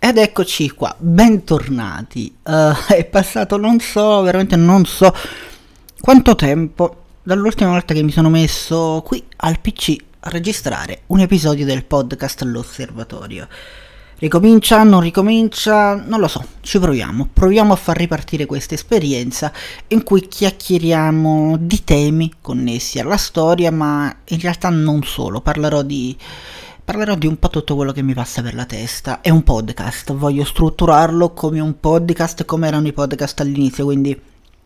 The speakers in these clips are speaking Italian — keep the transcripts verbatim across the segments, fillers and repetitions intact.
Ed eccoci qua, bentornati. Uh, è passato non so, veramente non so quanto tempo dall'ultima volta che mi sono messo qui al P C a registrare un episodio del podcast L'Osservatorio. Ricomincia, non ricomincia, non lo so, ci proviamo. Proviamo a far ripartire questa esperienza in cui chiacchieriamo di temi connessi alla storia, ma in realtà non solo. Parlerò di... Parlerò di un po' tutto quello che mi passa per la testa. È un podcast, voglio strutturarlo come un podcast, come erano i podcast all'inizio, quindi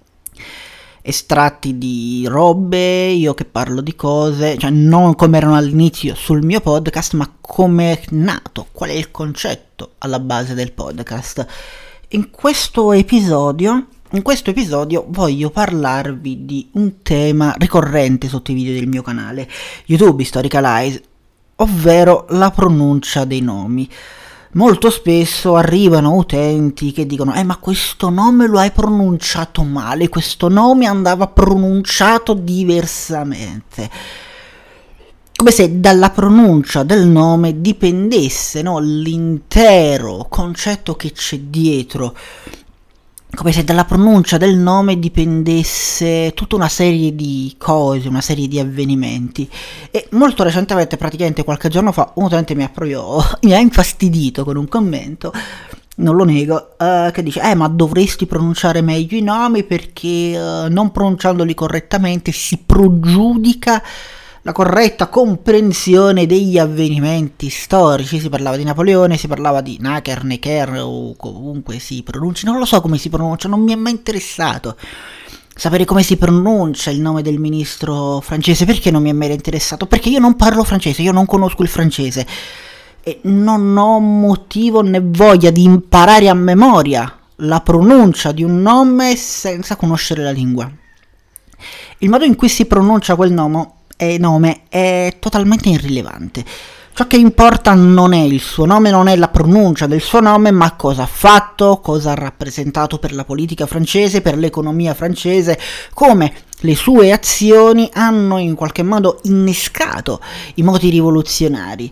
estratti di robe, io che parlo di cose, cioè non come erano all'inizio sul mio podcast, ma come è nato, qual è il concetto alla base del podcast. In questo episodio, in questo episodio voglio parlarvi di un tema ricorrente sotto i video del mio canale YouTube Historicalize, ovvero la pronuncia dei nomi. Molto spesso arrivano utenti che dicono eh ma questo nome lo hai pronunciato male, questo nome andava pronunciato diversamente, come se dalla pronuncia del nome dipendesse, no, l'intero concetto che c'è dietro, come se dalla pronuncia del nome dipendesse tutta una serie di cose, una serie di avvenimenti. E molto recentemente, praticamente qualche giorno fa, un utente mi ha proprio mi ha infastidito con un commento, non lo nego, uh, che dice eh ma dovresti pronunciare meglio i nomi perché uh, non pronunciandoli correttamente si pregiudica la corretta comprensione degli avvenimenti storici. Si parlava di Napoleone, si parlava di Necker, Necker o comunque si pronunci, non lo so come si pronuncia, non mi è mai interessato sapere come si pronuncia il nome del ministro francese. Perché non mi è mai interessato? Perché io non parlo francese, io non conosco il francese e non ho motivo né voglia di imparare a memoria la pronuncia di un nome senza conoscere la lingua. Il modo in cui si pronuncia quel nome E nome è totalmente irrilevante. Ciò che importa non è il suo nome, non è la pronuncia del suo nome, ma cosa ha fatto, cosa ha rappresentato per la politica francese, per l'economia francese, come le sue azioni hanno in qualche modo innescato i moti rivoluzionari.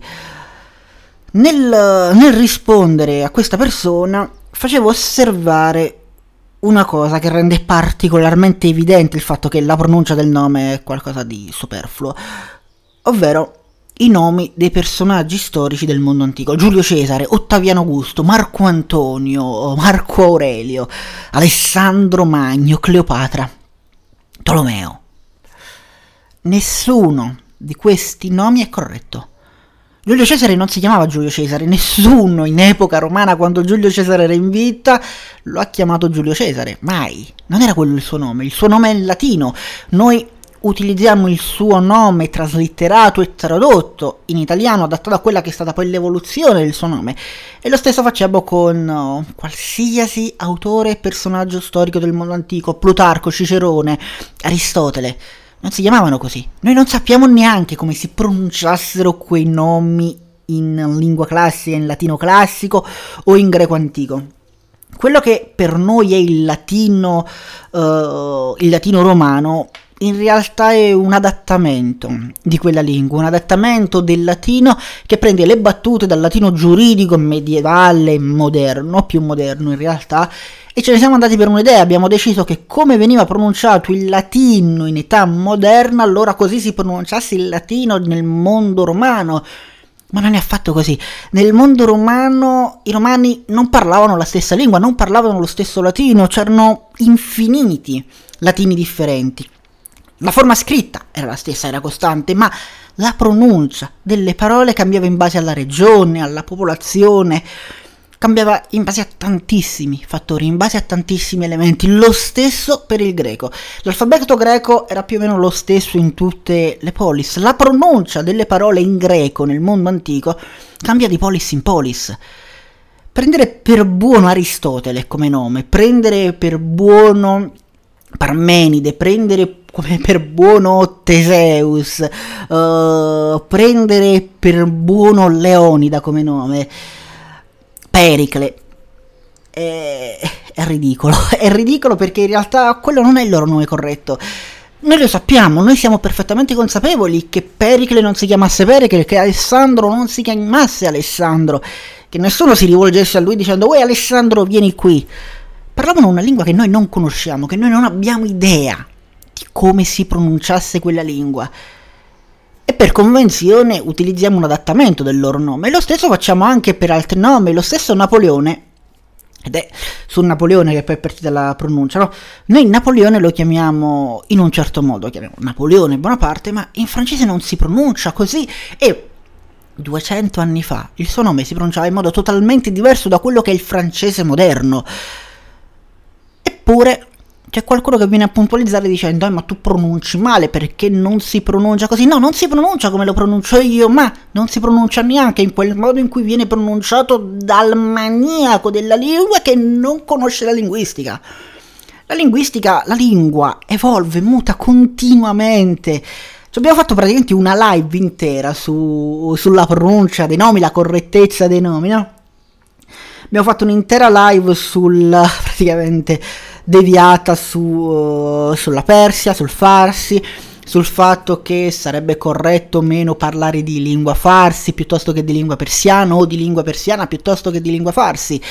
Nel, nel rispondere a questa persona facevo osservare una cosa che rende particolarmente evidente il fatto che la pronuncia del nome è qualcosa di superfluo, ovvero i nomi dei personaggi storici del mondo antico: Giulio Cesare, Ottaviano Augusto, Marco Antonio, Marco Aurelio, Alessandro Magno, Cleopatra, Tolomeo. Nessuno di questi nomi è corretto. Giulio Cesare non si chiamava Giulio Cesare, nessuno in epoca romana, quando Giulio Cesare era in vita, lo ha chiamato Giulio Cesare, mai. Non era quello il suo nome, il suo nome è in latino. Noi utilizziamo il suo nome traslitterato e tradotto in italiano, adattato a quella che è stata poi l'evoluzione del suo nome. E lo stesso facciamo con uh, qualsiasi autore e personaggio storico del mondo antico: Plutarco, Cicerone, Aristotele. Non si chiamavano così. Noi non sappiamo neanche come si pronunciassero quei nomi in lingua classica, in latino classico o in greco antico. Quello che per noi è il latino, uh, il latino romano, in realtà è un adattamento di quella lingua, un adattamento del latino che prende le battute dal latino giuridico medievale, moderno, più moderno in realtà, e ce ne siamo andati per un'idea. Abbiamo deciso che come veniva pronunciato il latino in età moderna, allora così si pronunciasse il latino nel mondo romano. Ma non è affatto così. Nel mondo romano i romani non parlavano la stessa lingua, non parlavano lo stesso latino, c'erano infiniti latini differenti. La forma scritta era la stessa, era costante, ma la pronuncia delle parole cambiava in base alla regione, alla popolazione, cambiava in base a tantissimi fattori, in base a tantissimi elementi. Lo stesso per il greco. L'alfabeto greco era più o meno lo stesso in tutte le polis. La pronuncia delle parole in greco nel mondo antico cambia di polis in polis. Prendere per buono Aristotele come nome, prendere per buono Parmenide, prendere come per buono Teseus, uh, prendere per buono Leonida come nome, Pericle, è, è ridicolo, è ridicolo perché in realtà quello non è il loro nome corretto. Noi lo sappiamo, noi siamo perfettamente consapevoli che Pericle non si chiamasse Pericle, che Alessandro non si chiamasse Alessandro. che nessuno si rivolgesse a lui dicendo uè Alessandro vieni qui. Parlavano una lingua che noi non conosciamo, che noi non abbiamo idea di come si pronunciasse quella lingua. E per convenzione utilizziamo un adattamento del loro nome. E lo stesso facciamo anche per altri nomi. Lo stesso Napoleone, ed è su Napoleone che poi è partita la pronuncia, no? Noi Napoleone lo chiamiamo in un certo modo, lo chiamiamo Napoleone Bonaparte, ma in francese non si pronuncia così. E duecento anni fa il suo nome si pronunciava in modo totalmente diverso da quello che è il francese moderno. Eppure c'è qualcuno che viene a puntualizzare dicendo eh, ma tu pronunci male perché non si pronuncia così. No, non si pronuncia come lo pronuncio io, ma non si pronuncia neanche in quel modo in cui viene pronunciato dal maniaco della lingua che non conosce la linguistica. La linguistica, la lingua evolve, muta continuamente. Ci abbiamo fatto praticamente una live intera su, sulla pronuncia dei nomi, la correttezza dei nomi, no? Abbiamo fatto un'intera live sul, praticamente, deviata su, uh, sulla Persia, sul Farsi, sul fatto che sarebbe corretto o meno parlare di lingua farsi piuttosto che di lingua persiana, o di lingua persiana piuttosto che di lingua farsi.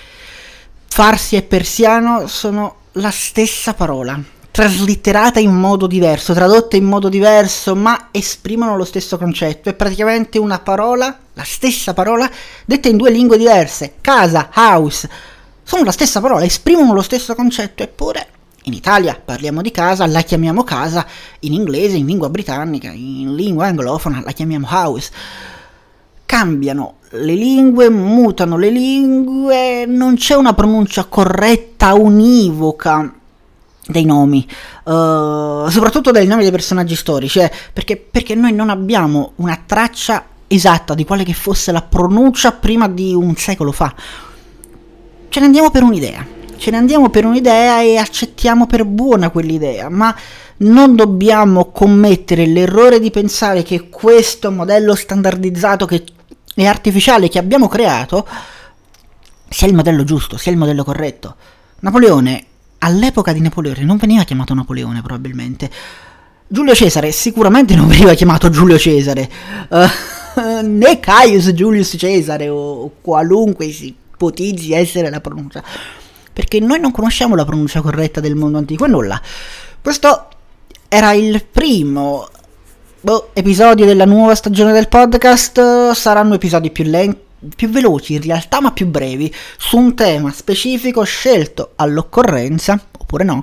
Farsi e persiano sono la stessa parola, traslitterata in modo diverso, tradotta in modo diverso, ma esprimono lo stesso concetto. È praticamente una parola, la stessa parola, detta in due lingue diverse. Casa, house, sono la stessa parola, esprimono lo stesso concetto, eppure in Italia parliamo di casa, la chiamiamo casa, in inglese, in lingua britannica, in lingua anglofona la chiamiamo house. Cambiano le lingue, mutano le lingue, non c'è una pronuncia corretta, univoca dei nomi, uh, soprattutto dei nomi dei personaggi storici, eh, perché, perché noi non abbiamo una traccia esatta di quale che fosse la pronuncia prima di un secolo fa. Ce ne andiamo per un'idea, ce ne andiamo per un'idea e accettiamo per buona quell'idea, ma non dobbiamo commettere l'errore di pensare che questo modello standardizzato che è artificiale che abbiamo creato sia il modello giusto, sia il modello corretto. Napoleone, all'epoca di Napoleone, non veniva chiamato Napoleone probabilmente. Giulio Cesare sicuramente non veniva chiamato Giulio Cesare, uh, né Caius Julius Cesare o qualunque si ipotizzi essere la pronuncia, perché noi non conosciamo la pronuncia corretta del mondo antico e nulla. Questo era il primo boh, episodio della nuova stagione del podcast. Saranno episodi più lenti, più veloci in realtà, ma più brevi, su un tema specifico scelto all'occorrenza, oppure no,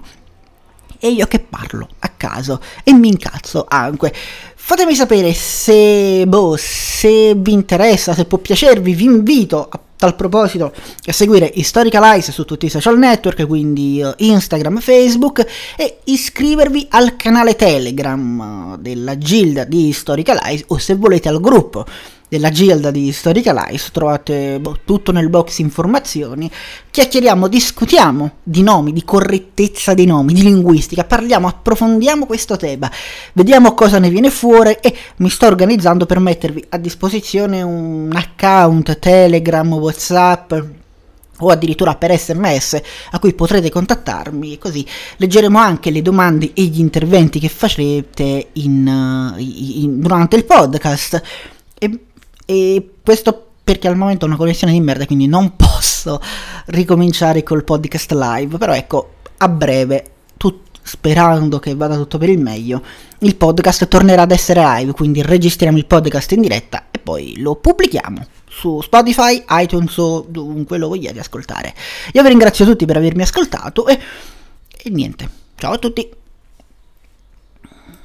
e io che parlo a caso e mi incazzo anche. Fatemi sapere se, boh, se vi interessa, se può piacervi. Vi invito a tal proposito a seguire Historical Eyes su tutti i social network, quindi uh, Instagram, Facebook, e iscrivervi al canale Telegram uh, della Gilda di Historical Eyes, o se volete al gruppo della Gilda di Historical Eyes, trovate boh, tutto nel box informazioni. Chiacchieriamo, discutiamo di nomi, di correttezza dei nomi, di linguistica, parliamo, approfondiamo questo tema, vediamo cosa ne viene fuori, e mi sto organizzando per mettervi a disposizione un account Telegram, WhatsApp o addirittura per sms a cui potrete contattarmi, così leggeremo anche le domande e gli interventi che farete in, in, durante il podcast. E E questo perché al momento ho una connessione di merda, quindi non posso ricominciare col podcast live. Però ecco, a breve, tut- sperando che vada tutto per il meglio, il podcast tornerà ad essere live, quindi registriamo il podcast in diretta e poi lo pubblichiamo su Spotify, iTunes o dovunque lo vogliate ascoltare. Io vi ringrazio tutti per avermi ascoltato e, e niente, ciao a tutti.